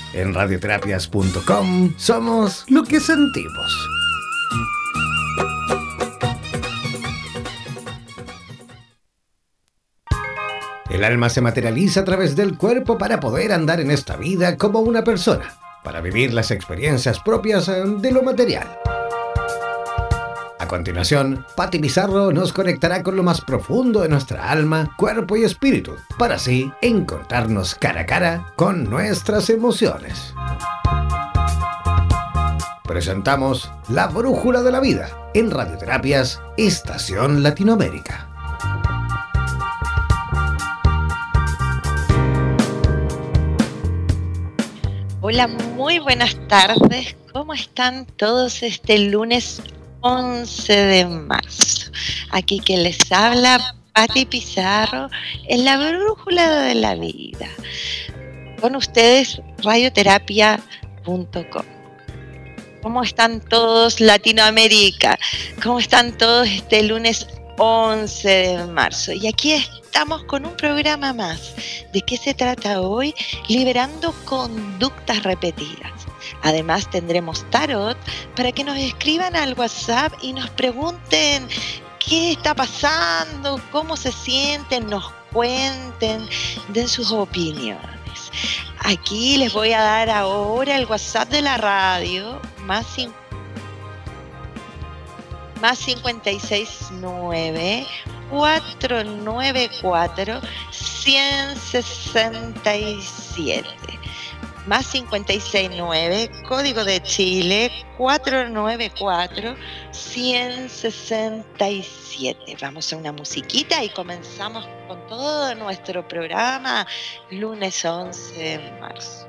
En radioterapias.com somos lo que sentimos. El alma se materializa a través del cuerpo para poder andar en esta vida como una persona, para vivir las experiencias propias de lo material. A continuación, Patti Pizarro nos conectará con lo más profundo de nuestra alma, cuerpo y espíritu, para así encontrarnos cara a cara con nuestras emociones. Presentamos La Brújula de la Vida en Radioterapias Estación Latinoamérica. Hola, muy buenas tardes. ¿Cómo están todos este lunes 11 de marzo? Aquí que les habla Patti Pizarro en La Brújula de la Vida. Con ustedes, radioterapia.com. ¿Cómo están todos Latinoamérica? ¿Cómo están todos este lunes 11 de marzo? Y aquí estamos con un programa más. ¿De qué se trata hoy? Liberando conductas repetidas. Además tendremos tarot para que nos escriban al WhatsApp y nos pregunten qué está pasando, cómo se sienten, nos cuenten, den sus opiniones. Aquí les voy a dar ahora el WhatsApp de la radio, más 569 494 167. Más 569, código de Chile, 494 167. Vamos a una musiquita y comenzamos con todo nuestro programa, lunes 11 de marzo.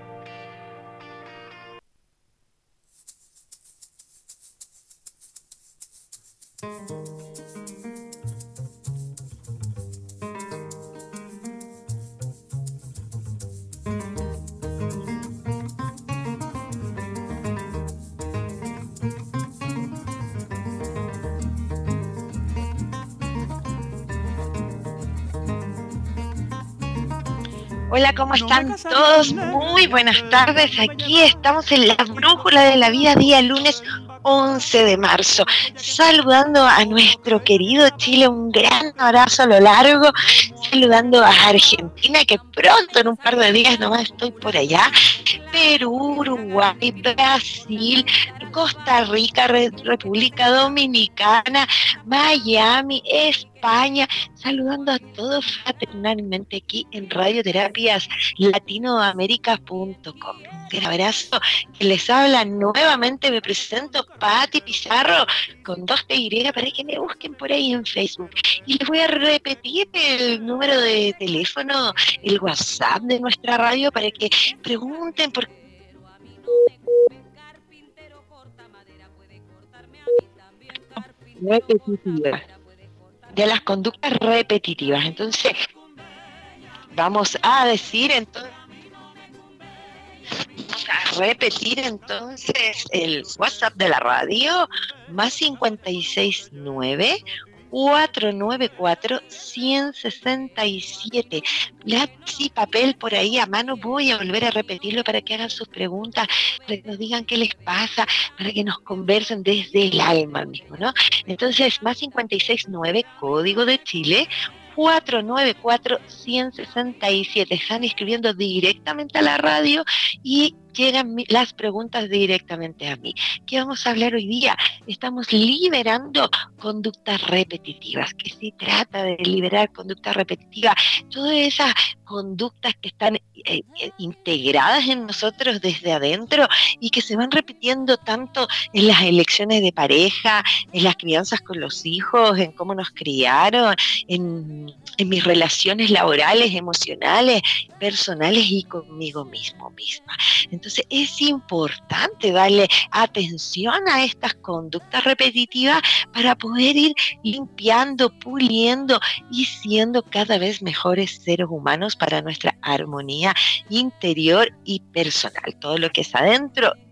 Hola, ¿cómo están todos? Muy buenas tardes. Aquí estamos en La Brújula de la Vida, día lunes 11 de marzo. Saludando a nuestro querido Chile, un gran abrazo a lo largo. Saludando a Argentina, que pronto, en un par de días nomás estoy por allá. Perú, Uruguay, Brasil, Costa Rica, República Dominicana, Miami, España, saludando a todos fraternalmente aquí en Radioterapias Latinoamérica.com. Un gran abrazo. Que les habla nuevamente, me presento, Patti Pizarro, con 2TY, para que me busquen por ahí en Facebook. Y les voy a repetir el número de teléfono, el WhatsApp de nuestra radio, para que pregunten por repetitiva, de las conductas repetitivas. Entonces, vamos a repetir entonces el WhatsApp de la radio, más 569 494 167. Lápiz y papel por ahí a mano. Voy a volver a repetirlo para que hagan sus preguntas, para que nos digan qué les pasa, para que nos conversen desde el alma mismo, ¿no? Entonces, más 569, código de Chile, 494 167. Están escribiendo directamente a la radio y llegan las preguntas directamente a mí. ¿Qué vamos a hablar hoy día? Estamos liberando conductas repetitivas. ¿Qué se trata de liberar conductas repetitivas? Todas esas conductas que están integradas en nosotros desde adentro y que se van repitiendo tanto en las elecciones de pareja, en las crianzas con los hijos, en cómo nos criaron, en mis relaciones laborales, emocionales, personales y conmigo misma. Entonces es importante darle atención a estas conductas repetitivas para poder ir limpiando, puliendo y siendo cada vez mejores seres humanos para nuestra armonía interior y personal. Todo lo que es adentro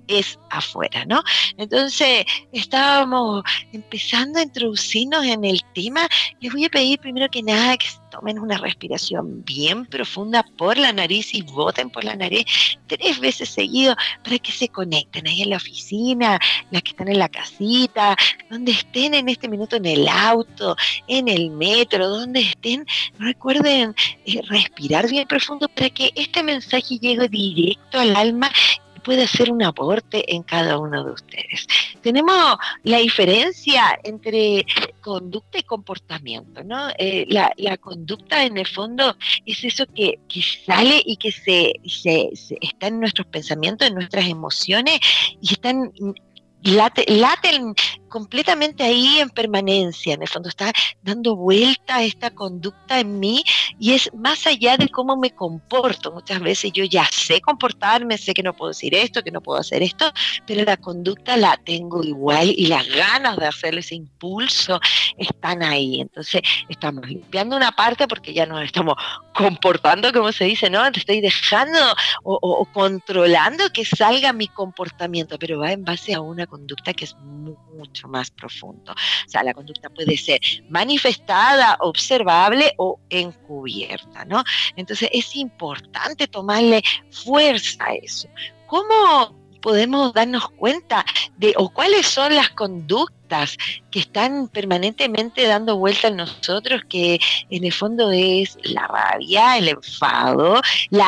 es afuera, ¿no? Entonces, estábamos empezando a introducirnos en el tema. Les voy a pedir primero que nada que tomen una respiración bien profunda por la nariz y boten por la nariz 3 veces seguido para que se conecten ahí en la oficina, las que están en la casita, donde estén en este minuto en el auto, en el metro, donde estén. Recuerden respirar bien profundo para que este mensaje llegue directo al alma, puede hacer un aporte en cada uno de ustedes. Tenemos la diferencia entre conducta y comportamiento, ¿no? La conducta en el fondo es eso que sale y que se está en nuestros pensamientos, en nuestras emociones, y están laten completamente ahí en permanencia. En el fondo está dando vuelta esta conducta en mí, y es más allá de cómo me comporto. Muchas veces yo ya sé comportarme, sé que no puedo decir esto, que no puedo hacer esto, pero la conducta la tengo igual, y las ganas de hacerle ese impulso están ahí. Entonces estamos limpiando una parte porque ya nos estamos comportando, como se dice, ¿no? Te estoy dejando o controlando que salga mi comportamiento, pero va en base a una conducta que es mucho más profundo. O sea, la conducta puede ser manifestada, observable o encubierta, ¿no? Entonces es importante tomarle fuerza a eso. ¿Cómo podemos darnos cuenta de o cuáles son las conductas que están permanentemente dando vuelta en nosotros, que en el fondo es la rabia, el enfado,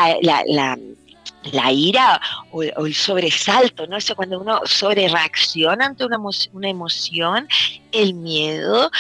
la ira o el sobresalto, ¿no? Eso cuando uno sobrereacciona ante una emoción, el miedo,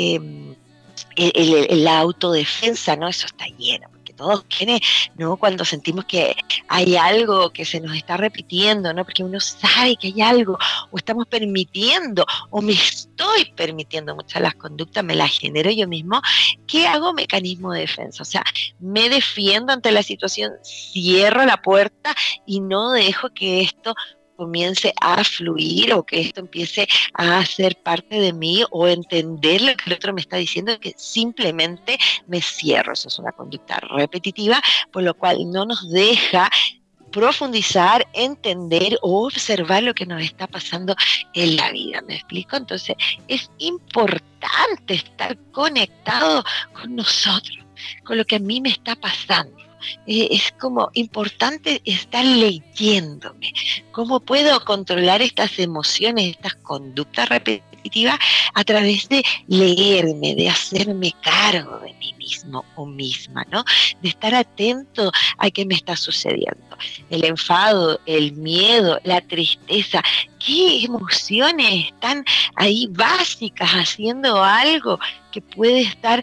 la autodefensa, ¿no? Eso está lleno, porque todos tienen, ¿no? Cuando sentimos que hay algo que se nos está repitiendo, ¿no? Porque uno sabe que hay algo, o estamos permitiendo, o me estoy permitiendo muchas de las conductas, me las genero yo mismo. ¿Qué hago? Mecanismo de defensa. O sea, me defiendo ante la situación, cierro la puerta y no dejo que esto comience a fluir, o que esto empiece a ser parte de mí, o entender lo que el otro me está diciendo, que simplemente me cierro. Eso es una conducta repetitiva, por lo cual no nos deja profundizar, entender o observar lo que nos está pasando en la vida. ¿Me explico? Entonces es importante estar conectado con nosotros, con lo que a mí me está pasando. Es como importante estar leyéndome. ¿Cómo puedo controlar estas emociones, estas conductas repetitivas? A través de leerme, de hacerme cargo de mí mismo o misma, ¿no? De estar atento a qué me está sucediendo. El enfado, el miedo, la tristeza, ¿qué emociones están ahí básicas haciendo algo que puede estar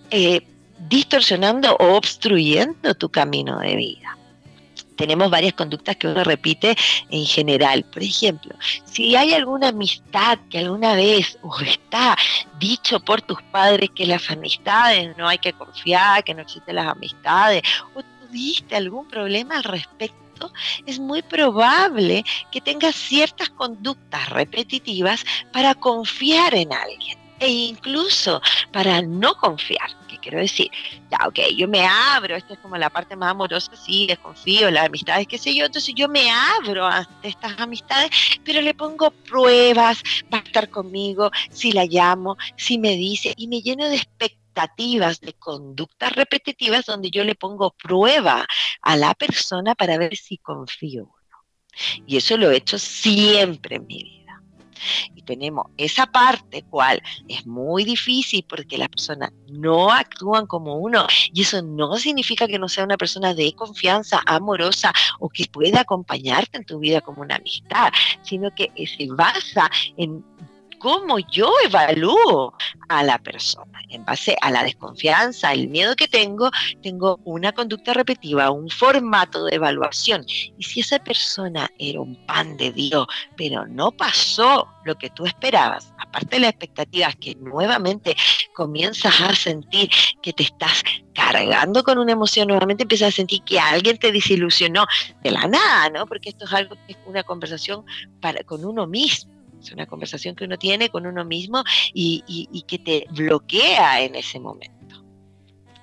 distorsionando o obstruyendo tu camino de vida? Tenemos varias conductas que uno repite en general. Por ejemplo, si hay alguna amistad que alguna vez o está dicho por tus padres que las amistades no hay que confiar, que no existen las amistades, o tuviste algún problema al respecto, es muy probable que tengas ciertas conductas repetitivas para confiar en alguien, e incluso para no confiar. ¿Qué quiero decir? Ya, ok, yo me abro, esta es como la parte más amorosa, sí, desconfío, las amistades, qué sé yo, entonces yo me abro ante estas amistades, pero le pongo pruebas, va a estar conmigo, si la llamo, si me dice, y me lleno de expectativas, de conductas repetitivas, donde yo le pongo prueba a la persona para ver si confío o no. Y eso lo he hecho siempre en mi vida. Y tenemos esa parte cual es muy difícil porque las personas no actúan como uno, y eso no significa que no sea una persona de confianza, amorosa, o que pueda acompañarte en tu vida como una amistad, sino que se basa en cómo yo evalúo a la persona. En base a la desconfianza, el miedo que tengo una conducta repetitiva, un formato de evaluación. Y si esa persona era un pan de Dios, pero no pasó lo que tú esperabas, aparte de las expectativas, que nuevamente comienzas a sentir que te estás cargando con una emoción, nuevamente empiezas a sentir que alguien te desilusionó de la nada, ¿no? Porque esto es algo que es una conversación con uno mismo. Es una conversación que uno tiene con uno mismo y que te bloquea en ese momento.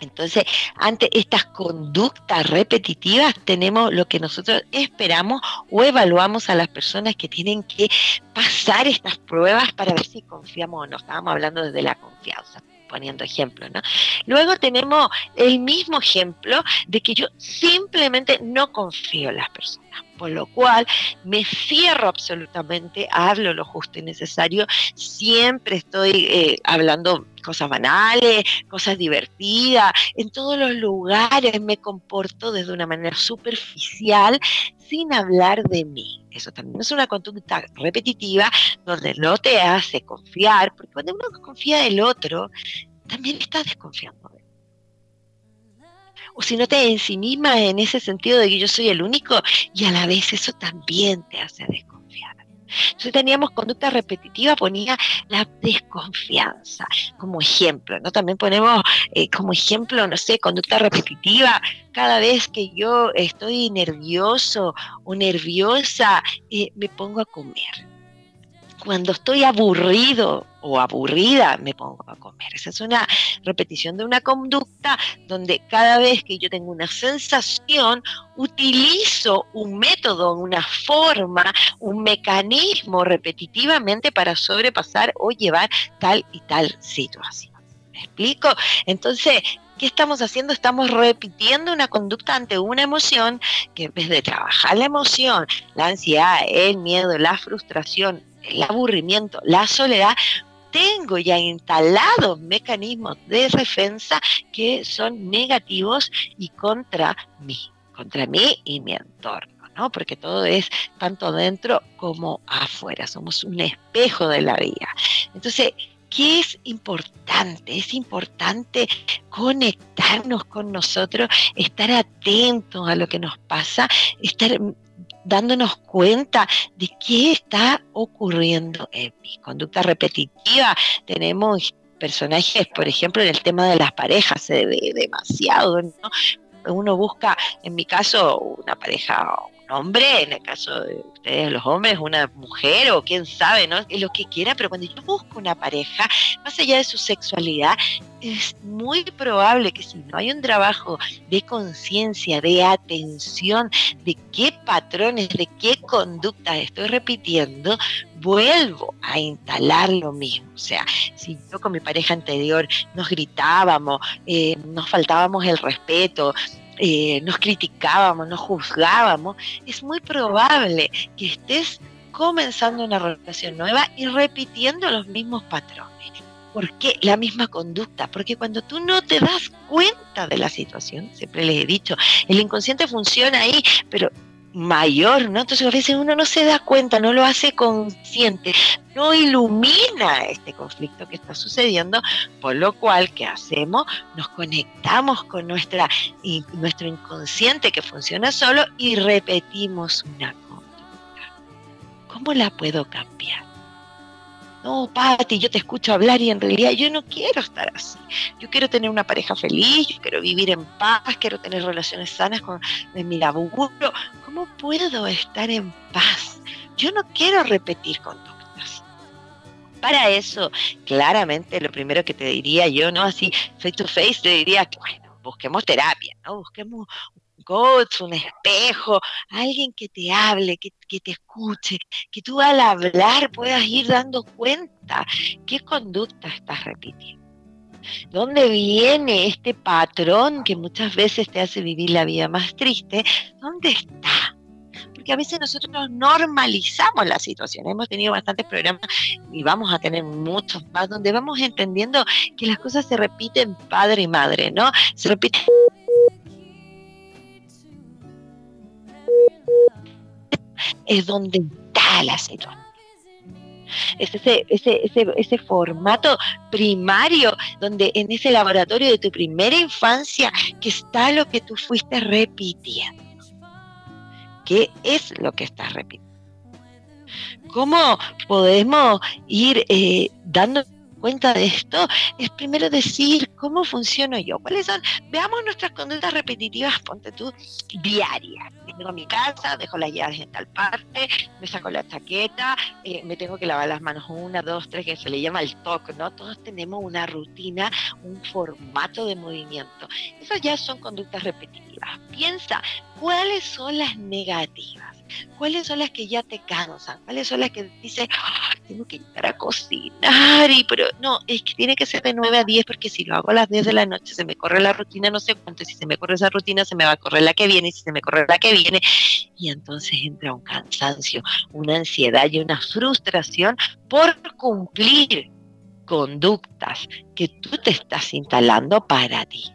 Entonces, ante estas conductas repetitivas, tenemos lo que nosotros esperamos o evaluamos a las personas que tienen que pasar estas pruebas para ver si confiamos o no. Estábamos hablando desde la confianza, poniendo ejemplos, ¿no? Luego tenemos el mismo ejemplo de que yo simplemente no confío en las personas, por lo cual me cierro absolutamente, hablo lo justo y necesario, siempre estoy hablando cosas banales, cosas divertidas, en todos los lugares me comporto desde una manera superficial, sin hablar de mí. Eso también es una conducta repetitiva donde no te hace confiar, porque cuando uno confía del otro, también estás desconfiando de él. O si no te ensimismas en ese sentido de que yo soy el único, y a la vez eso también te hace desconfiar. Entonces teníamos conducta repetitiva, ponía la desconfianza como ejemplo, ¿no? También ponemos como ejemplo, no sé, conducta repetitiva, cada vez que yo estoy nervioso o nerviosa, me pongo a comer. Cuando estoy aburrido o aburrida, me pongo a comer. Esa es una repetición de una conducta donde cada vez que yo tengo una sensación, utilizo un método, una forma, un mecanismo repetitivamente para sobrepasar o llevar tal y tal situación. ¿Me explico? Entonces, ¿qué estamos haciendo? Estamos repitiendo una conducta ante una emoción que en vez de trabajar la emoción, la ansiedad, el miedo, la frustración, el aburrimiento, la soledad, tengo ya instalados mecanismos de defensa que son negativos y contra mí y mi entorno, ¿no? Porque todo es tanto dentro como afuera, somos un espejo de la vida. Entonces, ¿qué es importante? Es importante conectarnos con nosotros, estar atentos a lo que nos pasa, estar dándonos cuenta de qué está ocurriendo en mi conducta repetitiva. Tenemos personajes, por ejemplo, en el tema de las parejas, se ve demasiado, ¿no? Uno busca, en mi caso, una pareja, un hombre, en el caso de ustedes, los hombres, una mujer o quién sabe, ¿no? Es lo que quiera, pero cuando yo busco una pareja, más allá de su sexualidad, es muy probable que si no hay un trabajo de conciencia, de atención, de qué patrones, de qué conductas estoy repitiendo, vuelvo a instalar lo mismo. O sea, si yo con mi pareja anterior nos gritábamos, nos faltábamos el respeto, nos criticábamos, nos juzgábamos, es muy probable que estés comenzando una relación nueva y repitiendo los mismos patrones. ¿Por qué? La misma conducta, porque cuando tú no te das cuenta de la situación, siempre les he dicho, el inconsciente funciona ahí, pero mayor, ¿no? Entonces a veces uno no se da cuenta, no lo hace consciente, no ilumina este conflicto que está sucediendo, por lo cual, ¿qué hacemos? Nos conectamos con nuestro inconsciente que funciona solo y repetimos una conducta. ¿Cómo la puedo cambiar? No, Pati, yo te escucho hablar y en realidad yo no quiero estar así. Yo quiero tener una pareja feliz, yo quiero vivir en paz, quiero tener relaciones sanas con mi laburo. ¿Cómo puedo estar en paz? Yo no quiero repetir conductas. Para eso, claramente, lo primero que te diría yo, ¿no? Así, face to face, te diría que, bueno, busquemos terapia, ¿no? Busquemos coach, un espejo, alguien que te hable, que te escuche, que tú al hablar puedas ir dando cuenta qué conducta estás repitiendo. ¿Dónde viene este patrón que muchas veces te hace vivir la vida más triste? ¿Dónde está? Porque a veces nosotros normalizamos la situación. Hemos tenido bastantes programas y vamos a tener muchos más donde vamos entendiendo que las cosas se repiten padre y madre, ¿no? Se repiten. Es donde está la situación. Es ese formato primario donde en ese laboratorio de tu primera infancia que está lo que tú fuiste repitiendo. ¿Qué es lo que estás repitiendo? ¿Cómo podemos ir dando cuenta de esto es primero decir cómo funciono yo, cuáles son, veamos nuestras conductas repetitivas, ponte tú, diarias. Llego a mi casa, dejo las llaves en tal parte, me saco la chaqueta, me tengo que lavar las manos 1, 2, 3, que se le llama el TOC, ¿no? Todos tenemos una rutina, un formato de movimiento. Esas ya son conductas repetitivas. Piensa, ¿cuáles son las negativas? ¿Cuáles son las que ya te cansan? ¿Cuáles son las que dices, tengo que llegar a cocinar? Pero no, es que tiene que ser de 9 a 10 porque si lo hago a las 10 de la noche se me corre la rutina no sé cuánto. Si se me corre esa rutina se me va a correr la que viene. Y si se me corre la que viene, y entonces entra un cansancio, una ansiedad y una frustración por cumplir conductas que tú te estás instalando para ti.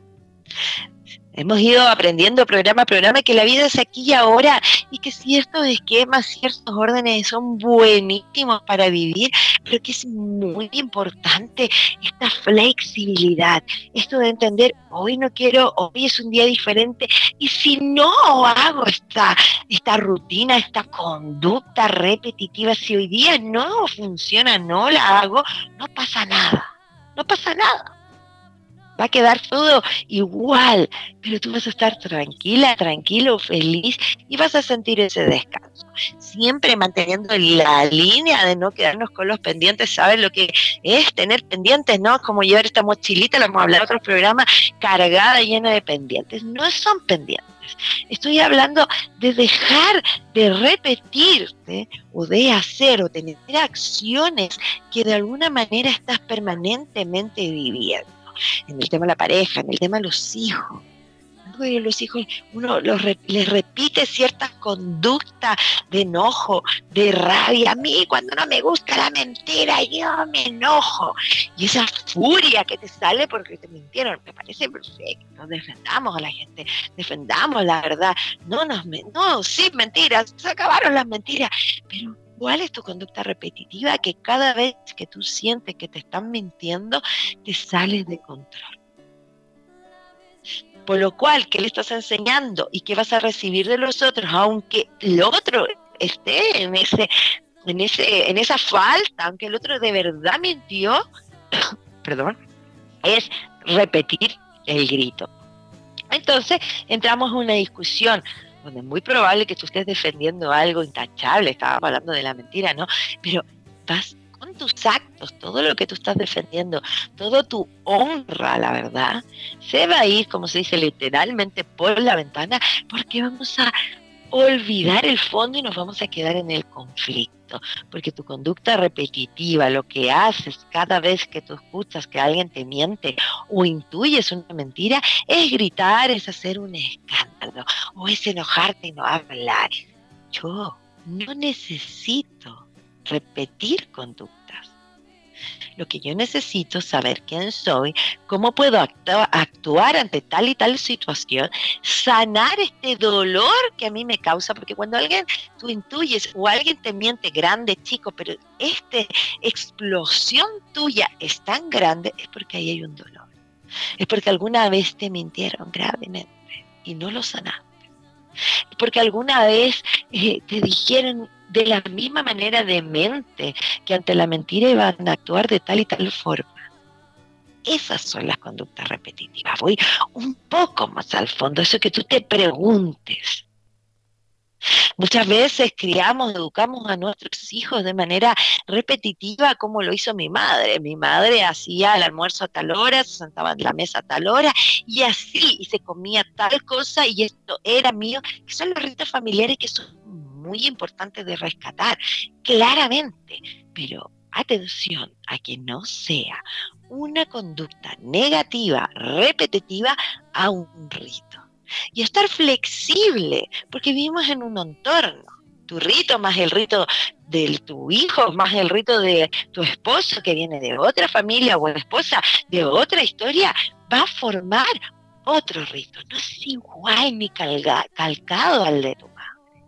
Hemos ido aprendiendo programa a programa que la vida es aquí y ahora y que ciertos esquemas, ciertos órdenes son buenísimos para vivir, pero que es muy importante esta flexibilidad, esto de entender, hoy no quiero, hoy es un día diferente y si no hago esta rutina, esta conducta repetitiva, si hoy día no funciona, no la hago, no pasa nada, no pasa nada. Va a quedar todo igual, pero tú vas a estar tranquila, tranquilo, feliz y vas a sentir ese descanso. Siempre manteniendo la línea de no quedarnos con los pendientes. ¿Sabes lo que es tener pendientes? ¿No? Como llevar esta mochilita, lo hemos hablado en otros programas, cargada, llena de pendientes. No son pendientes. Estoy hablando de dejar de repetirte o de hacer o tener acciones que de alguna manera estás permanentemente viviendo. En el tema de la pareja, en el tema de los hijos. Los hijos, uno les repite ciertas conductas de enojo, de rabia. A mí, cuando no me gusta la mentira, yo me enojo. Y esa furia que te sale porque te mintieron, me parece perfecto. Defendamos a la gente, defendamos la verdad. No, sin mentiras, se acabaron las mentiras. Pero ¿cuál es tu conducta repetitiva que cada vez que tú sientes que te están mintiendo, te sales de control? Por lo cual, ¿qué le estás enseñando? ¿Y qué vas a recibir de los otros? Aunque el otro esté en esa falta, aunque el otro de verdad mintió, perdón, es repetir el grito. Entonces, entramos en una discusión donde es muy probable que tú estés defendiendo algo intachable, estábamos hablando de la mentira, ¿no? Pero vas con tus actos, todo lo que tú estás defendiendo, todo tu honra, la verdad, se va a ir, como se dice literalmente, por la ventana, porque vamos a olvidar el fondo y nos vamos a quedar en el conflicto, porque tu conducta repetitiva, lo que haces cada vez que tú escuchas que alguien te miente o intuyes una mentira, es gritar, es hacer un escándalo, o es enojarte y no hablar. Yo no necesito repetir conductas. Lo que yo necesito es saber quién soy, cómo puedo actuar ante tal y tal situación, sanar este dolor que a mí me causa, porque cuando tú intuyes o alguien te miente, grande, chico, pero esta explosión tuya es tan grande, es porque ahí hay un dolor. Es porque alguna vez te mintieron gravemente y no lo sanaste. Porque alguna vez te dijeron de la misma manera demente que ante la mentira iban a actuar de tal y tal forma. Esas son las conductas repetitivas. Voy un poco más al fondo, eso que tú te preguntes. Muchas veces educamos a nuestros hijos de manera repetitiva como lo hizo mi madre. Mi madre hacía el almuerzo a tal hora, se sentaba en la mesa a tal hora y así, y se comía tal cosa y esto era mío, que son los ritos familiares que son muy importantes de rescatar, claramente, pero atención a que no sea una conducta negativa, repetitiva a un rito. Y estar flexible, porque vivimos en un entorno. Tu rito más el rito de tu hijo, más el rito de tu esposo que viene de otra familia o esposa de otra historia, va a formar otro rito. No es igual ni calcado al de tu madre.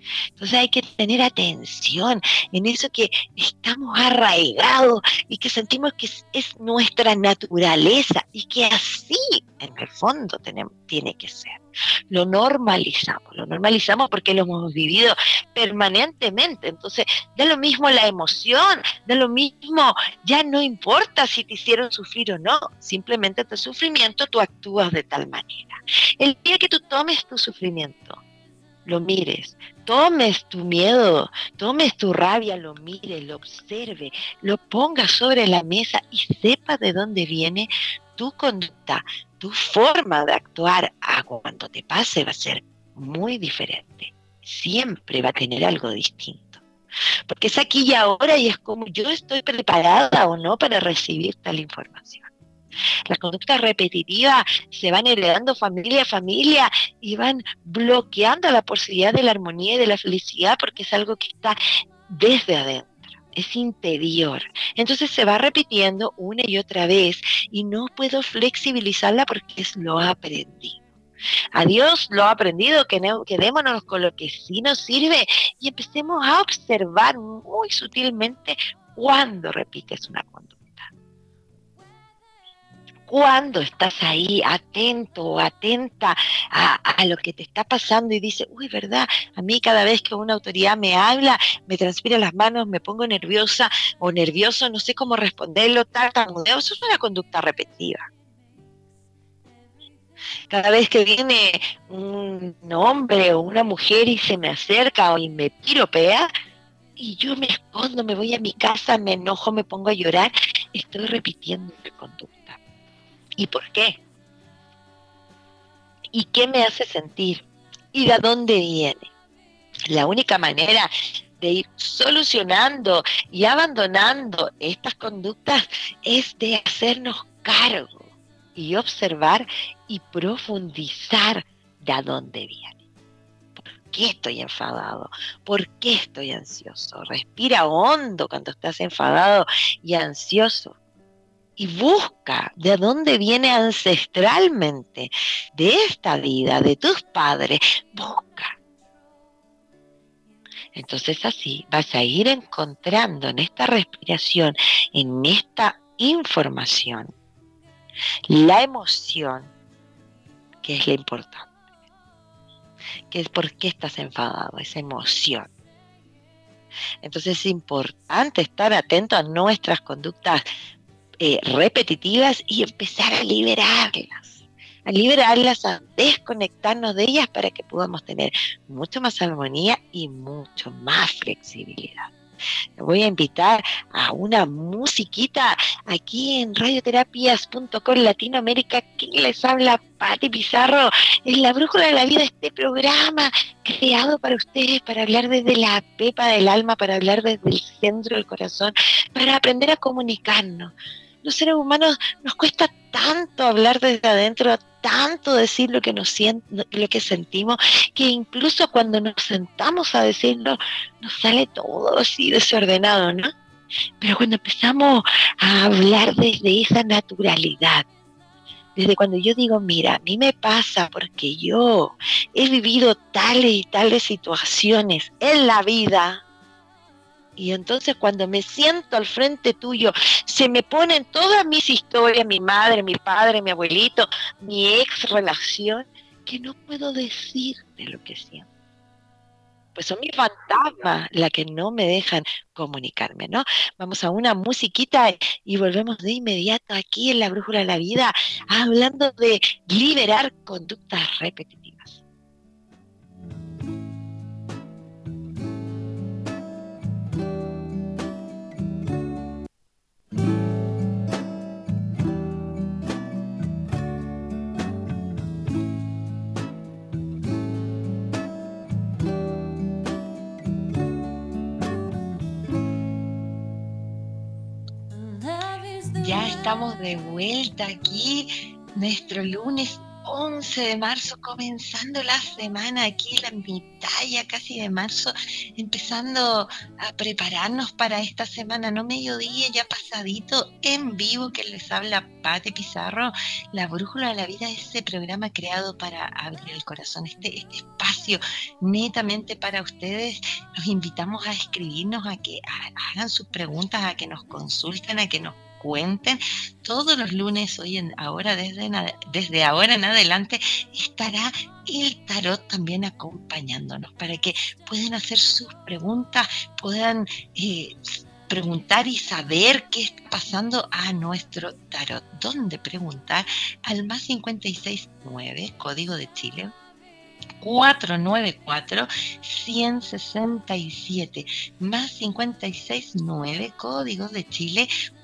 Entonces hay que tener atención en eso que estamos arraigados y que sentimos que es nuestra naturaleza y que así en el fondo tiene que ser. Lo normalizamos porque lo hemos vivido permanentemente. Entonces da lo mismo la emoción, da lo mismo, ya no importa si te hicieron sufrir o no, simplemente tu sufrimiento tú actúas de tal manera. El día que tú tomes tu sufrimiento, lo mires, tomes tu miedo, tomes tu rabia, lo mires, lo observe, lo pongas sobre la mesa y sepas de dónde viene tu conducta, tu forma de actuar cuando te pase va a ser muy diferente. Siempre va a tener algo distinto. Porque es aquí y ahora y es como yo estoy preparada o no para recibir tal información. Las conductas repetitivas se van heredando familia a familia y van bloqueando la posibilidad de la armonía y de la felicidad porque es algo que está desde adentro, es interior. Entonces se va repitiendo una y otra vez y no puedo flexibilizarla porque es lo aprendido. Adiós lo aprendido, quedémonos con lo que sí nos sirve y empecemos a observar muy sutilmente cuando repites una conducta. Cuando estás ahí atento o atenta a lo que te está pasando y dices, uy, ¿verdad? A mí cada vez que una autoridad me habla, me transpira las manos, me pongo nerviosa o nervioso, no sé cómo responderlo, tartamudeo, eso es una conducta repetitiva. Cada vez que viene un hombre o una mujer y se me acerca y me piropea, y yo me escondo, me voy a mi casa, me enojo, me pongo a llorar, estoy repitiendo mi conducta. ¿Y por qué? ¿Y qué me hace sentir? ¿Y de dónde viene? La única manera de ir solucionando y abandonando estas conductas es de hacernos cargo y observar y profundizar de dónde viene. ¿Por qué estoy enfadado? ¿Por qué estoy ansioso? Respira hondo cuando estás enfadado y ansioso. Y busca de dónde viene ancestralmente, de esta vida, de tus padres, busca. Entonces así vas a ir encontrando en esta respiración, en esta información, la emoción, que es la importante, que es por qué estás enfadado, esa emoción. Entonces es importante estar atento a nuestras conductas repetitivas y empezar a liberarlas, a desconectarnos de ellas para que podamos tener mucho más armonía y mucho más flexibilidad. Te voy a invitar a una musiquita aquí en radioterapias.com Latinoamérica. ¿Quién les habla? Pati Pizarro. Es la brújula de la vida, este programa creado para ustedes, para hablar desde la pepa del alma, para hablar desde el centro del corazón, para aprender a comunicarnos. Los seres humanos nos cuesta tanto hablar desde adentro, tanto decir lo que lo que sentimos, que incluso cuando nos sentamos a decirlo, nos sale todo así desordenado, ¿no? Pero cuando empezamos a hablar desde esa naturalidad, desde cuando yo digo, mira, a mí me pasa porque yo he vivido tales y tales situaciones en la vida. Y entonces cuando me siento al frente tuyo, se me ponen todas mis historias, mi madre, mi padre, mi abuelito, mi ex relación, que no puedo decirte lo que siento. Pues son mis fantasmas las que no me dejan comunicarme, ¿no? Vamos a una musiquita y volvemos de inmediato aquí en la Brújula de la Vida, hablando de liberar conductas repetitivas. Ya estamos de vuelta aquí, nuestro lunes 11 de marzo, comenzando la semana aquí, la mitad ya casi de marzo, empezando a prepararnos para esta semana, no mediodía, ya pasadito, en vivo, que les habla Pati Pizarro. La Brújula de la Vida es ese programa creado para abrir el corazón, este espacio netamente para ustedes. Los invitamos a escribirnos, a que hagan sus preguntas, a que nos consulten, a que nos cuenten. Todos los lunes, desde ahora en adelante, estará el tarot también acompañándonos para que puedan hacer sus preguntas, puedan preguntar y saber qué está pasando a nuestro tarot. ¿Dónde preguntar? Al más 569, código de Chile, 494-167, más 569, códigos de Chile,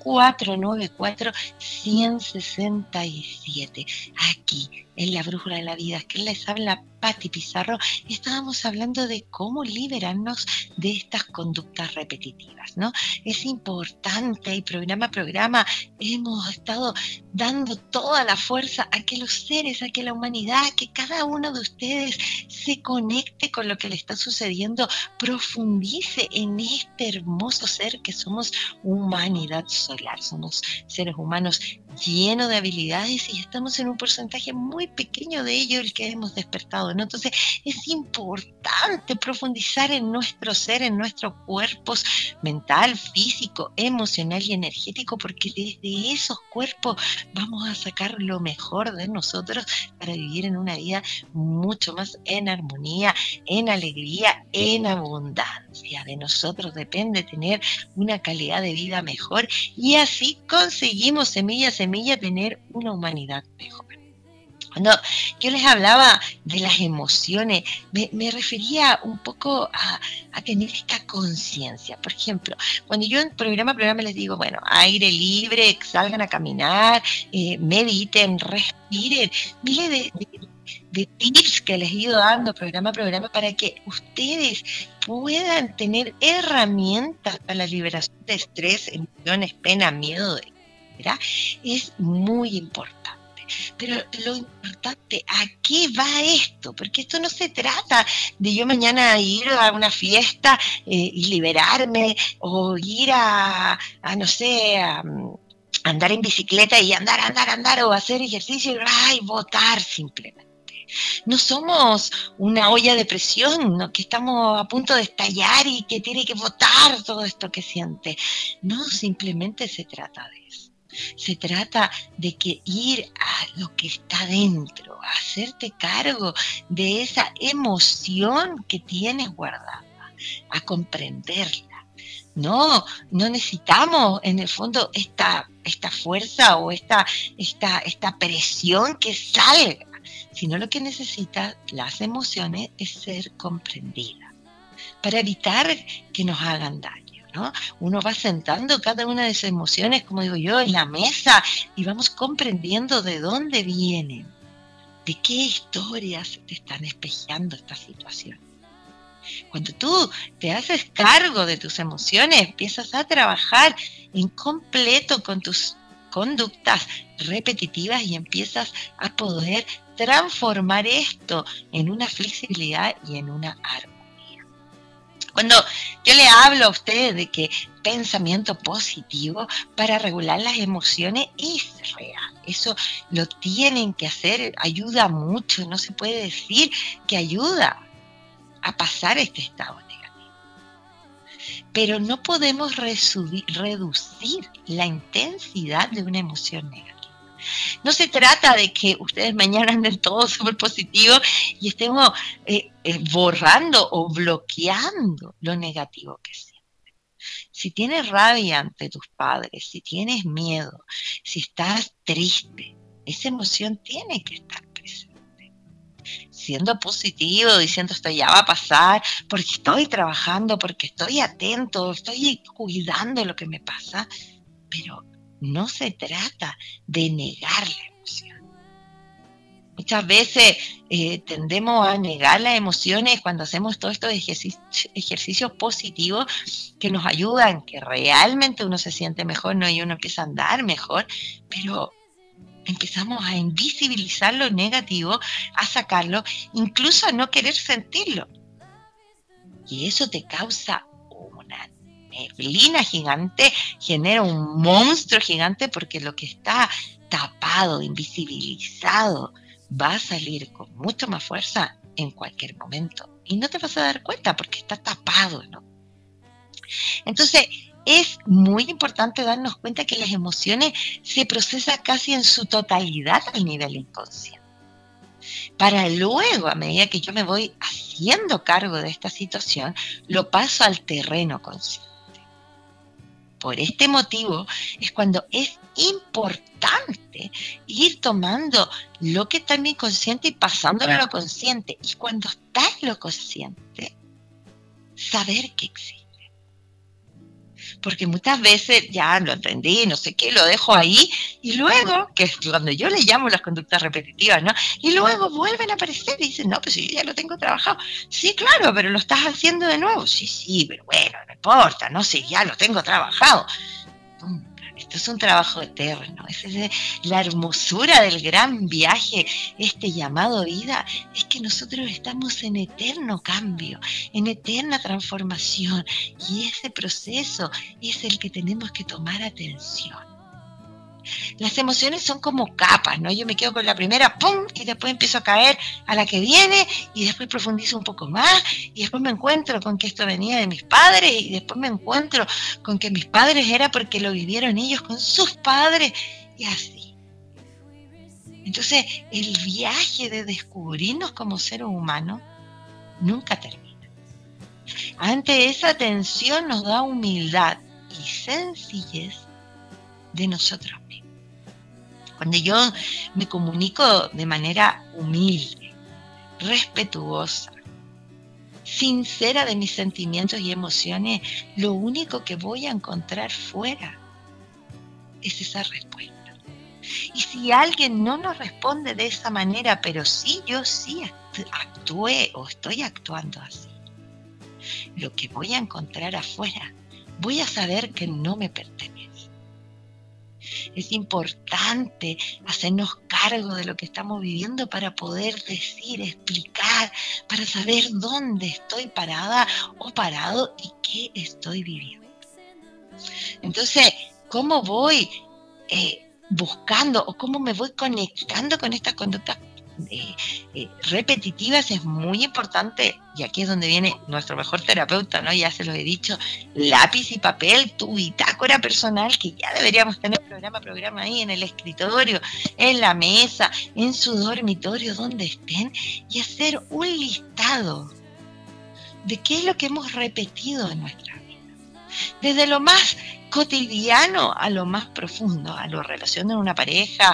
494-167. Aquí, en la Brújula de la Vida, que les habla Pati Pizarro, estábamos hablando de cómo liberarnos de estas conductas repetitivas, ¿no? Es importante, y programa a programa hemos estado dando toda la fuerza a que los seres, a que la humanidad, que cada uno de ustedes se conecte con lo que le está sucediendo, profundice en este hermoso ser que somos humanidad solar. Somos seres humanos llenos de habilidades y estamos en un porcentaje muy pequeño de ello el que hemos despertado, ¿no? Entonces es importante profundizar en nuestro ser, en nuestros cuerpos mental, físico, emocional y energético, porque desde esos cuerpos vamos a sacar lo mejor de nosotros para vivir en una vida mucho más en armonía, en alegría, en abundancia. De nosotros depende tener una calidad de vida mejor y así conseguimos semilla a semilla tener una humanidad mejor. Cuando yo les hablaba de las emociones, me refería un poco a tener esta conciencia. Por ejemplo, cuando yo en programa a programa les digo, bueno, aire libre, salgan a caminar, mediten, respiren, miles de tips que les he ido dando programa a programa para que ustedes puedan tener herramientas para la liberación de estrés, emociones, pena, miedo, ¿verdad? Es muy importante. Pero lo importante, ¿a qué va esto? Porque esto no se trata de yo mañana ir a una fiesta y liberarme, o ir a no sé, a andar en bicicleta y andar, o hacer ejercicio y votar simplemente. No somos una olla de presión, ¿no? Que estamos a punto de estallar y que tiene que botar todo esto que siente. No, simplemente se trata de eso. Se trata de que ir a lo que está dentro, a hacerte cargo de esa emoción que tienes guardada, a comprenderla. No necesitamos en el fondo esta fuerza o esta presión que salga, sino lo que necesitan las emociones es ser comprendidas para evitar que nos hagan daño, ¿no? Uno va sentando cada una de esas emociones, como digo yo, en la mesa y vamos comprendiendo de dónde vienen, de qué historias te están espejando esta situación. Cuando tú te haces cargo de tus emociones, empiezas a trabajar en completo con tus conductas repetitivas y empiezas a poder transformar esto en una flexibilidad y en una armonía. Cuando yo le hablo a ustedes de que pensamiento positivo para regular las emociones es real. Eso lo tienen que hacer, ayuda mucho, no se puede decir que ayuda a pasar este estado negativo. Pero no podemos reducir la intensidad de una emoción negativa. No se trata de que ustedes mañana anden todos súper positivos y estemos borrando o bloqueando lo negativo que sienten. Si tienes rabia ante tus padres, si tienes miedo, si estás triste, esa emoción tiene que estar presente. Siendo positivo, diciendo esto ya va a pasar, porque estoy trabajando, porque estoy atento, estoy cuidando lo que me pasa, pero no se trata de negar la emoción. Muchas veces tendemos a negar las emociones cuando hacemos todos estos ejercicios positivos que nos ayudan, que realmente uno se siente mejor, ¿no? Y uno empieza a andar mejor, pero empezamos a invisibilizar lo negativo, a sacarlo, incluso a no querer sentirlo. Y eso te causa una neblina gigante, genera un monstruo gigante, porque lo que está tapado, invisibilizado, va a salir con mucho más fuerza en cualquier momento. Y no te vas a dar cuenta porque está tapado, ¿no? Entonces, es muy importante darnos cuenta que las emociones se procesan casi en su totalidad al nivel inconsciente. Para luego, a medida que yo me voy haciendo cargo de esta situación, lo paso al terreno consciente. Por este motivo es cuando es importante ir tomando lo que está en mi consciente y pasándolo a lo consciente. Y cuando está en lo consciente, saber que existe. Porque muchas veces ya lo entendí, no sé qué, lo dejo ahí, y luego, que es cuando yo le llamo las conductas repetitivas, ¿no? Y luego vuelven a aparecer y dicen, no, pues yo ya lo tengo trabajado. Sí, claro, pero lo estás haciendo de nuevo. Sí, pero bueno, no importa, no sé, ya lo tengo trabajado. Esto es un trabajo eterno. Esa es la hermosura del gran viaje, este llamado vida, es que nosotros estamos en eterno cambio, en eterna transformación, y ese proceso es el que tenemos que tomar atención. Las emociones son como capas, ¿no? Yo me quedo con la primera, ¡pum!, y después empiezo a caer a la que viene, y después profundizo un poco más, y después me encuentro con que esto venía de mis padres, y después me encuentro con que mis padres era porque lo vivieron ellos con sus padres, y así. Entonces, el viaje de descubrirnos como seres humanos nunca termina. Ante esa tensión nos da humildad y sencillez de nosotros mismos. Cuando yo me comunico de manera humilde, respetuosa, sincera de mis sentimientos y emociones, lo único que voy a encontrar fuera es esa respuesta. Y si alguien no nos responde de esa manera, pero sí, yo sí actué o estoy actuando así, lo que voy a encontrar afuera, voy a saber que no me pertenece. Es importante hacernos cargo de lo que estamos viviendo para poder decir, explicar, para saber dónde estoy parada o parado y qué estoy viviendo. Entonces, ¿cómo voy buscando o cómo me voy conectando con estas conductas repetitivas? Es muy importante, y aquí es donde viene nuestro mejor terapeuta, ¿no? Ya se lo he dicho, lápiz y papel, tu bitácora personal, que ya deberíamos tener programa ahí en el escritorio, en la mesa, en su dormitorio, donde estén, y hacer un listado de qué es lo que hemos repetido en nuestra vida, desde lo más cotidiano a lo más profundo, a la relación de una pareja,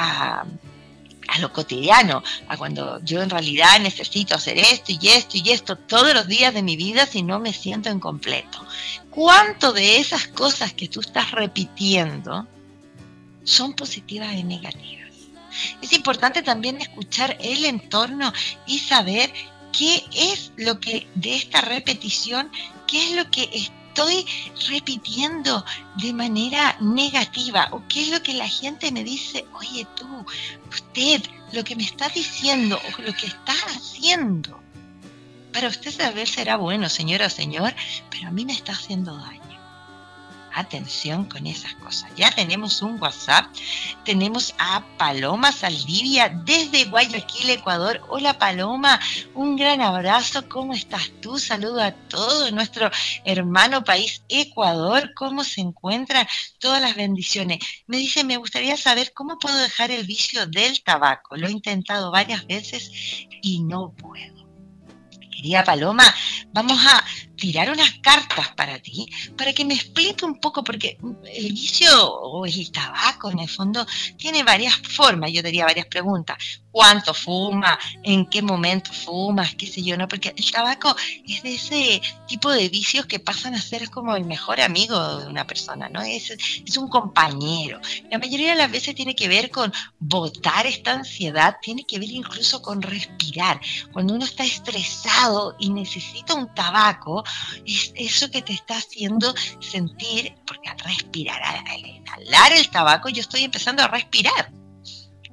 a lo cotidiano, a cuando yo en realidad necesito hacer esto y esto y esto todos los días de mi vida si no me siento incompleto. ¿Cuánto de esas cosas que tú estás repitiendo son positivas y negativas? Es importante también escuchar el entorno y saber qué es lo que de esta repetición, qué es lo que estoy repitiendo de manera negativa, o qué es lo que la gente me dice, oye tú, usted, lo que me está diciendo o lo que está haciendo, para usted saber será bueno, señora o señor, pero a mí me está haciendo daño. Atención con esas cosas. Ya tenemos un WhatsApp, tenemos a Paloma Saldivia desde Guayaquil, Ecuador. Hola Paloma, un gran abrazo, ¿cómo estás tú? Saludo a todo nuestro hermano país Ecuador, ¿cómo se encuentran? Todas las bendiciones. Me dice, me gustaría saber cómo puedo dejar el vicio del tabaco. Lo he intentado varias veces y no puedo. Querida Paloma, vamos a tirar unas cartas para ti, para que me explique un poco, porque el vicio o el tabaco en el fondo tiene varias formas, yo diría varias preguntas. ¿Cuánto fuma? ¿En qué momento fumas? ¿Qué sé yo? ¿No? Porque el tabaco es de ese tipo de vicios que pasan a ser como el mejor amigo de una persona, ¿no? Es un compañero. La mayoría de las veces tiene que ver con botar esta ansiedad, tiene que ver incluso con respirar. Cuando uno está estresado y necesita un tabaco, es eso que te está haciendo sentir, porque al respirar, al inhalar el tabaco, yo estoy empezando a respirar.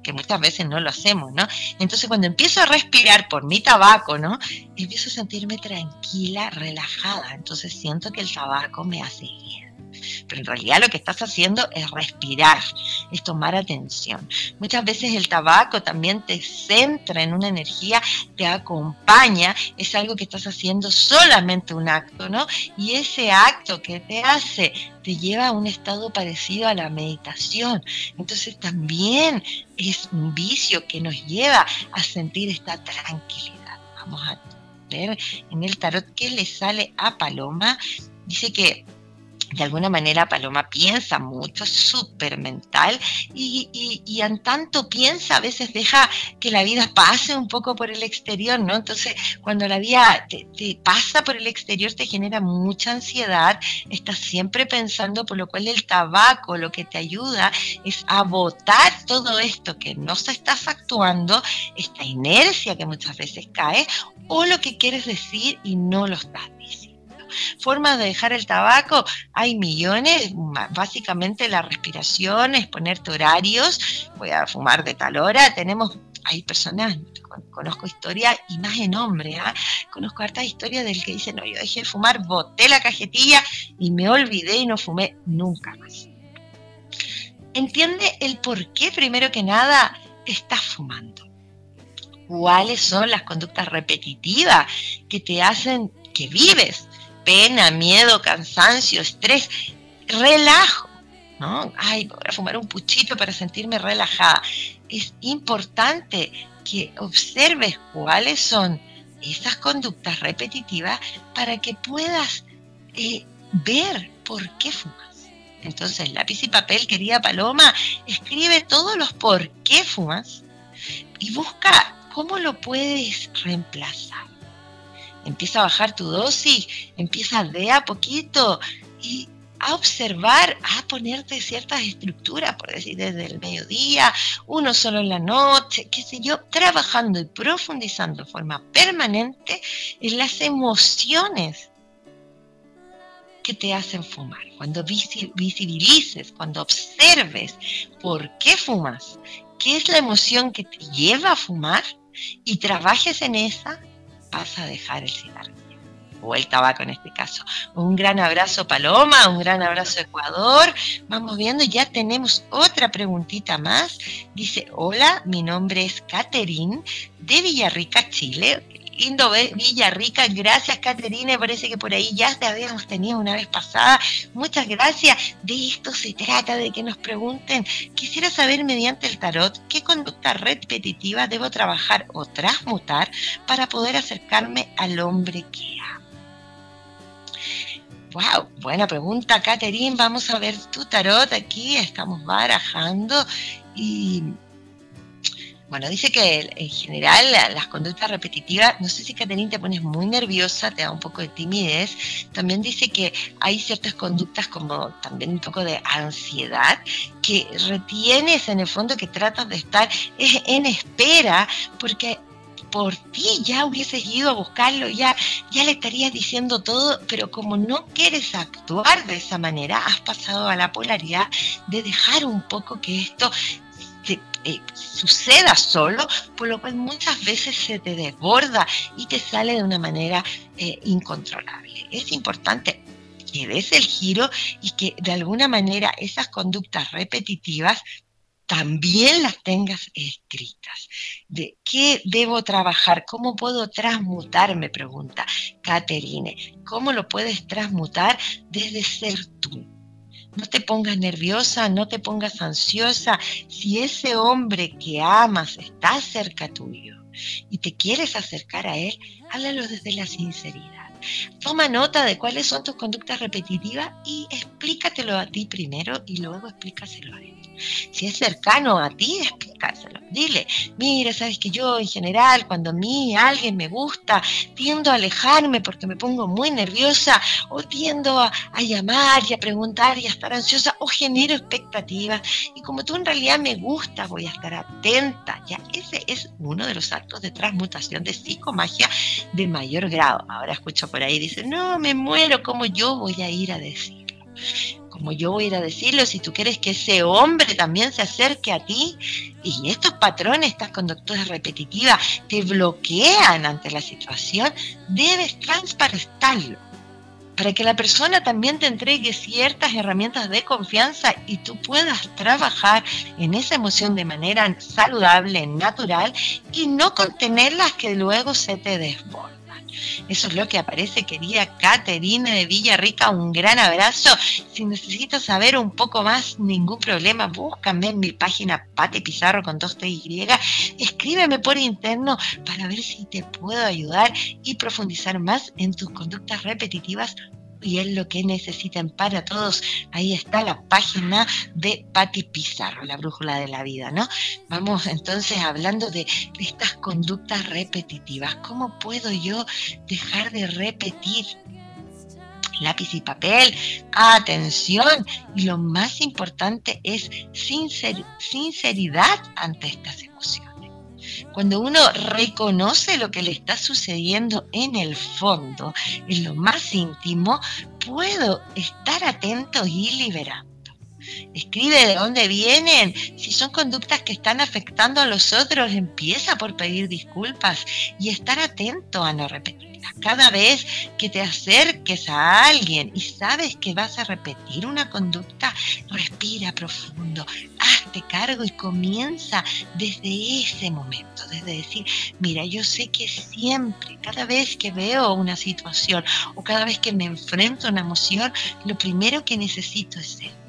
que muchas veces no lo hacemos, ¿no? Entonces cuando empiezo a respirar por mi tabaco, ¿no? Empiezo a sentirme tranquila, relajada, entonces siento que el tabaco me hace bien. Pero en realidad lo que estás haciendo es respirar, es tomar atención. Muchas veces el tabaco también te centra en una energía, te acompaña, es algo que estás haciendo solamente un acto, ¿no? Y ese acto que te hace te lleva a un estado parecido a la meditación. Entonces también es un vicio que nos lleva a sentir esta tranquilidad. Vamos a ver en el tarot qué le sale a Paloma. Dice que de alguna manera Paloma piensa mucho, es súper mental y en tanto piensa a veces deja que la vida pase un poco por el exterior, ¿no? Entonces cuando la vida te pasa por el exterior te genera mucha ansiedad, estás siempre pensando, por lo cual el tabaco lo que te ayuda es a botar todo esto que no se está actuando, esta inercia que muchas veces cae o lo que quieres decir y no lo estás diciendo. Formas de dejar el tabaco, hay millones, básicamente la respiración es ponerte horarios, voy a fumar de tal hora, hay personas, conozco historias y más en hombre, conozco hartas historias del que dice, no, yo dejé de fumar, boté la cajetilla y me olvidé y no fumé nunca más. Entiende el por qué primero que nada estás fumando. ¿Cuáles son las conductas repetitivas que te hacen que vives? Pena, miedo, cansancio, estrés, relajo, ¿no? Ay, voy a fumar un puchito para sentirme relajada. Es importante que observes cuáles son esas conductas repetitivas para que puedas ver por qué fumas. Entonces, lápiz y papel, querida Paloma, escribe todos los por qué fumas y busca cómo lo puedes reemplazar. Empieza a bajar tu dosis, empieza de a poquito y a observar, a ponerte ciertas estructuras, por decir, desde el mediodía, uno solo en la noche, qué sé yo, trabajando y profundizando de forma permanente en las emociones que te hacen fumar. Cuando visibilices, cuando observes por qué fumas, qué es la emoción que te lleva a fumar y trabajes en esa, vas a dejar el cigarrillo o el tabaco en este caso. Un gran abrazo Paloma, un gran abrazo Ecuador. Vamos viendo, ya tenemos otra preguntita más. Dice, hola, mi nombre es Caterine de Villarrica, Chile. Lindo Villarrica, gracias Caterine, parece que por ahí ya te habíamos tenido una vez pasada. Muchas gracias. De esto se trata, de que nos pregunten. Quisiera saber mediante el tarot qué conducta repetitiva debo trabajar o transmutar para poder acercarme al hombre que amo. Wow, buena pregunta, Caterine. Vamos a ver tu tarot aquí, estamos barajando y bueno, dice que en general las conductas repetitivas, no sé si Caterine te pones muy nerviosa, te da un poco de timidez. También dice que hay ciertas conductas como también un poco de ansiedad que retienes en el fondo, que tratas de estar en espera porque por ti ya hubieses ido a buscarlo, ya le estarías diciendo todo, pero como no quieres actuar de esa manera, has pasado a la polaridad de dejar un poco que esto suceda solo, por lo cual muchas veces se te desborda y te sale de una manera incontrolable. Es importante que des el giro y que de alguna manera esas conductas repetitivas también las tengas escritas. ¿De qué debo trabajar? ¿Cómo puedo transmutar? Me pregunta Caterine. ¿Cómo lo puedes transmutar desde ser tú? No te pongas nerviosa, no te pongas ansiosa. Si ese hombre que amas está cerca tuyo y te quieres acercar a él, háblalo desde la sinceridad. Toma nota de cuáles son tus conductas repetitivas y explícatelo a ti primero y luego explícaselo a él. Si es cercano a ti, explícaselo. Dile, mira, sabes que yo en general, cuando a mí alguien me gusta, tiendo a alejarme porque me pongo muy nerviosa, o tiendo a llamar y a preguntar y a estar ansiosa, o genero expectativas. Y como tú en realidad me gustas, voy a estar atenta. Ya, ese es uno de los actos de transmutación de psicomagia de mayor grado. Ahora escucho por ahí, dice, no, me muero, ¿cómo yo voy a ir a decirlo? como yo voy a ir a decirlo, si tú quieres que ese hombre también se acerque a ti, y estos patrones, estas conductas repetitivas te bloquean ante la situación, debes transparentarlo, para que la persona también te entregue ciertas herramientas de confianza y tú puedas trabajar en esa emoción de manera saludable, natural, y no contenerlas que luego se te desbordan. Eso es lo que aparece, querida Caterina de Villarrica. Un gran abrazo. Si necesitas saber un poco más, ningún problema, búscame en mi página Pati Pizarro con 2TY. Escríbeme por interno para ver si te puedo ayudar y profundizar más en tus conductas repetitivas y es lo que necesiten para todos. Ahí está la página de Pati Pizarro, la brújula de la vida, ¿no? Vamos entonces hablando de estas conductas repetitivas. ¿Cómo puedo yo dejar de repetir? Lápiz y papel, atención, y lo más importante es sinceridad ante estas emociones. Cuando uno reconoce lo que le está sucediendo en el fondo, en lo más íntimo, puedo estar atento y liberando. Escribe de dónde vienen. Si son conductas que están afectando a los otros, empieza por pedir disculpas y estar atento a no repetirlas. Cada vez que te acerques a alguien y sabes que vas a repetir una conducta, respira profundo, hazte cargo y comienza desde ese momento, desde decir, mira, yo sé que siempre, cada vez que veo una situación o cada vez que me enfrento a una emoción, lo primero que necesito es esto.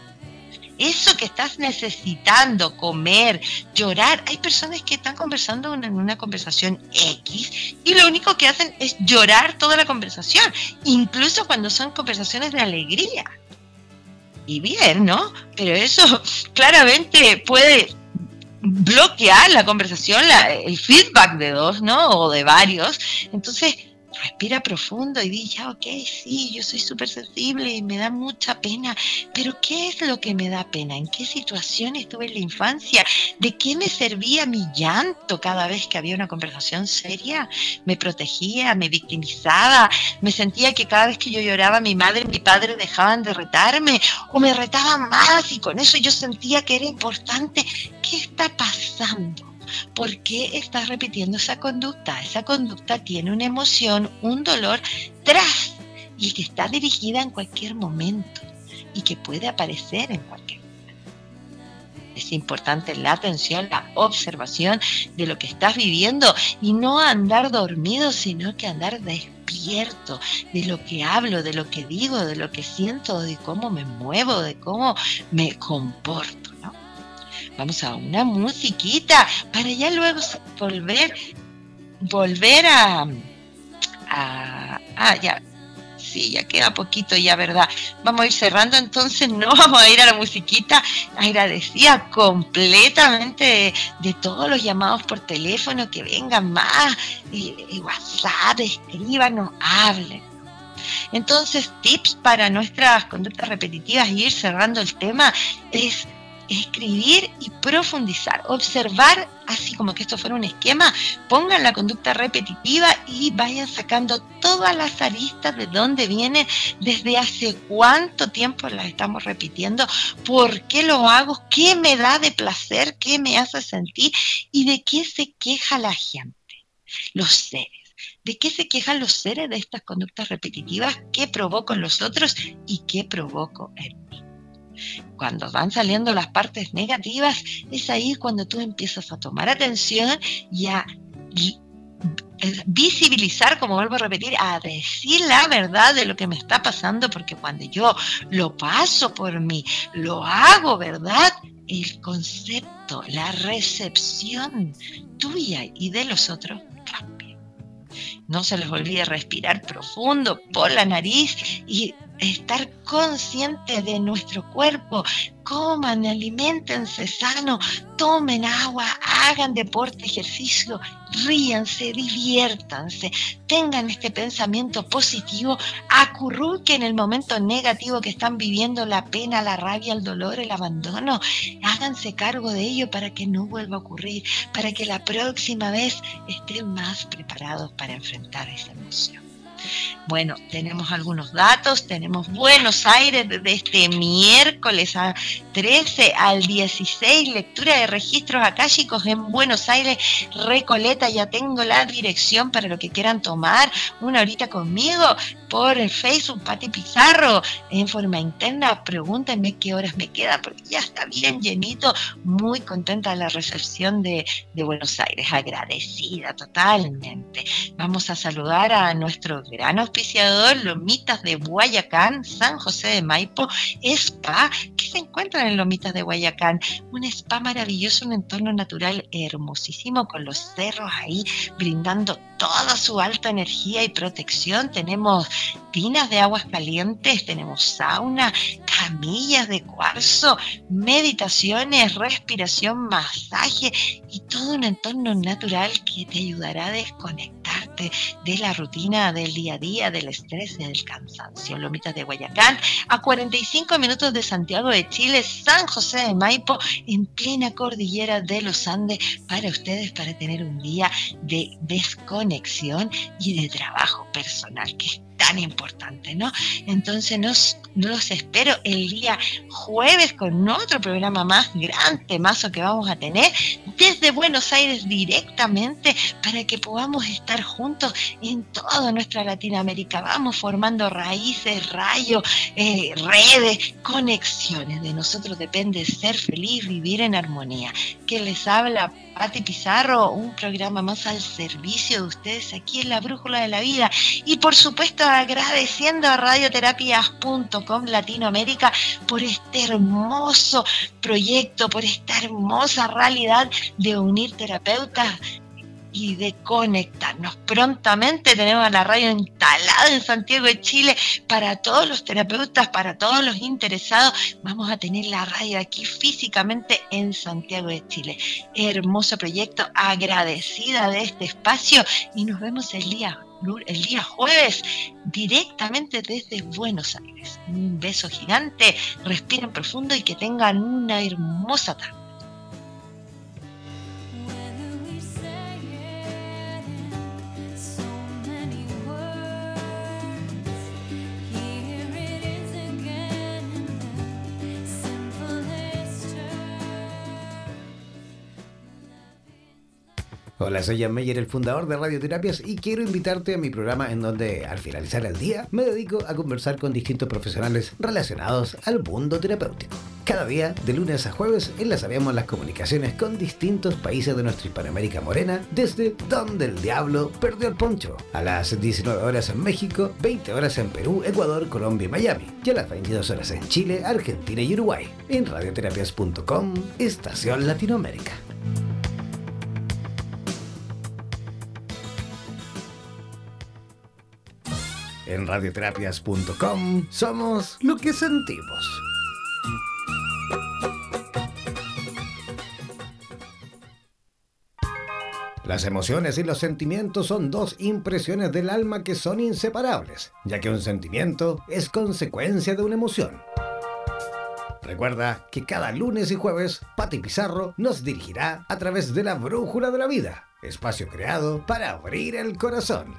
Eso que estás necesitando, comer, llorar. Hay personas que están conversando en una conversación X y lo único que hacen es llorar toda la conversación, incluso cuando son conversaciones de alegría. Y bien, ¿no? Pero eso claramente puede bloquear la conversación, el feedback de dos, ¿no? O de varios. Entonces, respira profundo y di, ya, ok, sí, yo soy súper sensible y me da mucha pena, pero ¿qué es lo que me da pena? ¿En qué situación estuve en la infancia? ¿De qué me servía mi llanto cada vez que había una conversación seria? ¿Me protegía? ¿Me victimizaba? ¿Me sentía que cada vez que yo lloraba mi madre y mi padre dejaban de retarme? ¿O me retaban más y con eso yo sentía que era importante? ¿Qué está pasando? ¿Por qué estás repitiendo esa conducta? Esa conducta tiene una emoción, un dolor tras y que está dirigida en cualquier momento y que puede aparecer en cualquier momento. Es importante la atención, la observación de lo que estás viviendo y no andar dormido, sino que andar despierto de lo que hablo, de lo que digo, de lo que siento, de cómo me muevo, de cómo me comporto, ¿no? Vamos a una musiquita para ya luego volver ya. Sí, ya queda poquito ya, ¿verdad? Vamos a ir cerrando, entonces no vamos a ir a la musiquita. Agradecida completamente de todos los llamados por teléfono, que vengan más, y WhatsApp, escríbanos, hablen. Entonces, tips para nuestras conductas repetitivas y ir cerrando el tema es escribir y profundizar, observar, así como que esto fuera un esquema, pongan la conducta repetitiva y vayan sacando todas las aristas de dónde vienen, desde hace cuánto tiempo las estamos repitiendo, por qué lo hago, qué me da de placer, qué me hace sentir y de qué se queja la gente, los seres. ¿De qué se quejan los seres de estas conductas repetitivas? ¿Qué provoco en los otros y qué provoco en mí? Cuando van saliendo las partes negativas, es ahí cuando tú empiezas a tomar atención y a visibilizar, como vuelvo a repetir, a decir la verdad de lo que me está pasando, porque cuando yo lo paso por mí, lo hago, ¿verdad? El concepto, la recepción tuya y de los otros cambia. No se les olvide respirar profundo por la nariz y estar consciente de nuestro cuerpo. Coman, aliméntense sano, tomen agua, hagan deporte, ejercicio, ríanse, diviértanse, tengan este pensamiento positivo, acurruquen el momento negativo que están viviendo, la pena, la rabia, el dolor, el abandono, háganse cargo de ello para que no vuelva a ocurrir, para que la próxima vez estén más preparados para enfrentar esa emoción. Bueno, tenemos algunos datos, tenemos Buenos Aires desde este miércoles a 13 al 16, lectura de registros akáshicos en Buenos Aires, Recoleta. Ya tengo la dirección para lo que quieran tomar una horita conmigo por el Facebook, Pati Pizarro, en forma interna. Pregúntenme qué horas me quedan, porque ya está bien llenito. Muy contenta de la recepción de Buenos Aires, agradecida totalmente. Vamos a saludar a nuestro gran auspiciador, Lomitas de Guayacán, San José de Maipo, spa, que se encuentran en Lomitas de Guayacán, un spa maravilloso, un entorno natural hermosísimo, con los cerros ahí brindando toda su alta energía y protección. Tenemos tinas de aguas calientes, tenemos sauna, camillas de cuarzo, meditaciones, respiración, masaje y todo un entorno natural que te ayudará a desconectarte de la rutina del día a día, del estrés y del cansancio. Lomitas de Guayacán, a 45 minutos de Santiago de Chile, San José de Maipo, en plena cordillera de los Andes, para ustedes, para tener un día de desconexión y de trabajo personal, que es tan importante, ¿no? Entonces los espero el día jueves con otro programa más, gran temazo que vamos a tener desde Buenos Aires directamente, para que podamos estar juntos en toda nuestra Latinoamérica. Vamos formando raíces, rayos, redes, conexiones. De nosotros depende ser feliz, vivir en armonía. Que les habla Pati Pizarro, un programa más al servicio de ustedes aquí en La Brújula de la Vida. Y por supuesto agradeciendo a radioterapias.com Latinoamérica por este hermoso proyecto, por esta hermosa realidad de unir terapeutas y de conectarnos. Prontamente tenemos la radio instalada en Santiago de Chile para todos los terapeutas, para todos los interesados. Vamos a tener la radio aquí físicamente en Santiago de Chile. Hermoso proyecto, agradecida de este espacio, y nos vemos el día jueves directamente desde Buenos Aires. Un beso gigante, respiren profundo y que tengan una hermosa tarde. Hola, soy Jan Meyer, el fundador de Radioterapias, y quiero invitarte a mi programa en donde, al finalizar el día, me dedico a conversar con distintos profesionales relacionados al mundo terapéutico. Cada día, de lunes a jueves, enlazaremos las comunicaciones con distintos países de nuestra Hispanoamérica morena, desde donde el diablo perdió el poncho, a las 19 horas en México, 20 horas en Perú, Ecuador, Colombia y Miami, y a las 22 horas en Chile, Argentina y Uruguay, en radioterapias.com, Estación Latinoamérica. En radioterapias.com somos lo que sentimos. Las emociones y los sentimientos son dos impresiones del alma que son inseparables, ya que un sentimiento es consecuencia de una emoción. Recuerda que cada lunes y jueves, Pati Pizarro nos dirigirá a través de La Brújula de la Vida, espacio creado para abrir el corazón.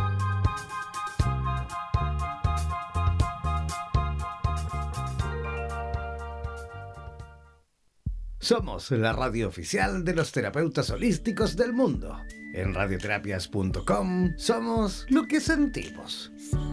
Somos la radio oficial de los terapeutas holísticos del mundo. En radioterapias.com somos lo que sentimos.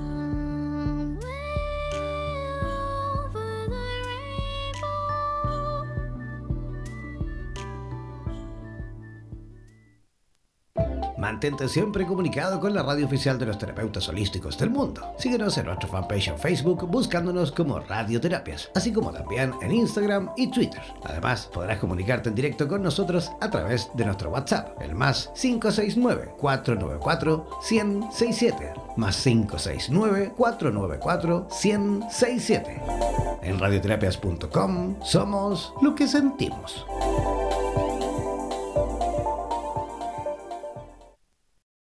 Mantente siempre comunicado con la radio oficial de los terapeutas holísticos del mundo. Síguenos en nuestra fanpage en Facebook buscándonos como Radioterapias, así como también en Instagram y Twitter. Además, podrás comunicarte en directo con nosotros a través de nuestro WhatsApp, el más 569-494-1067, más 569-494-1067. En radioterapias.com somos lo que sentimos.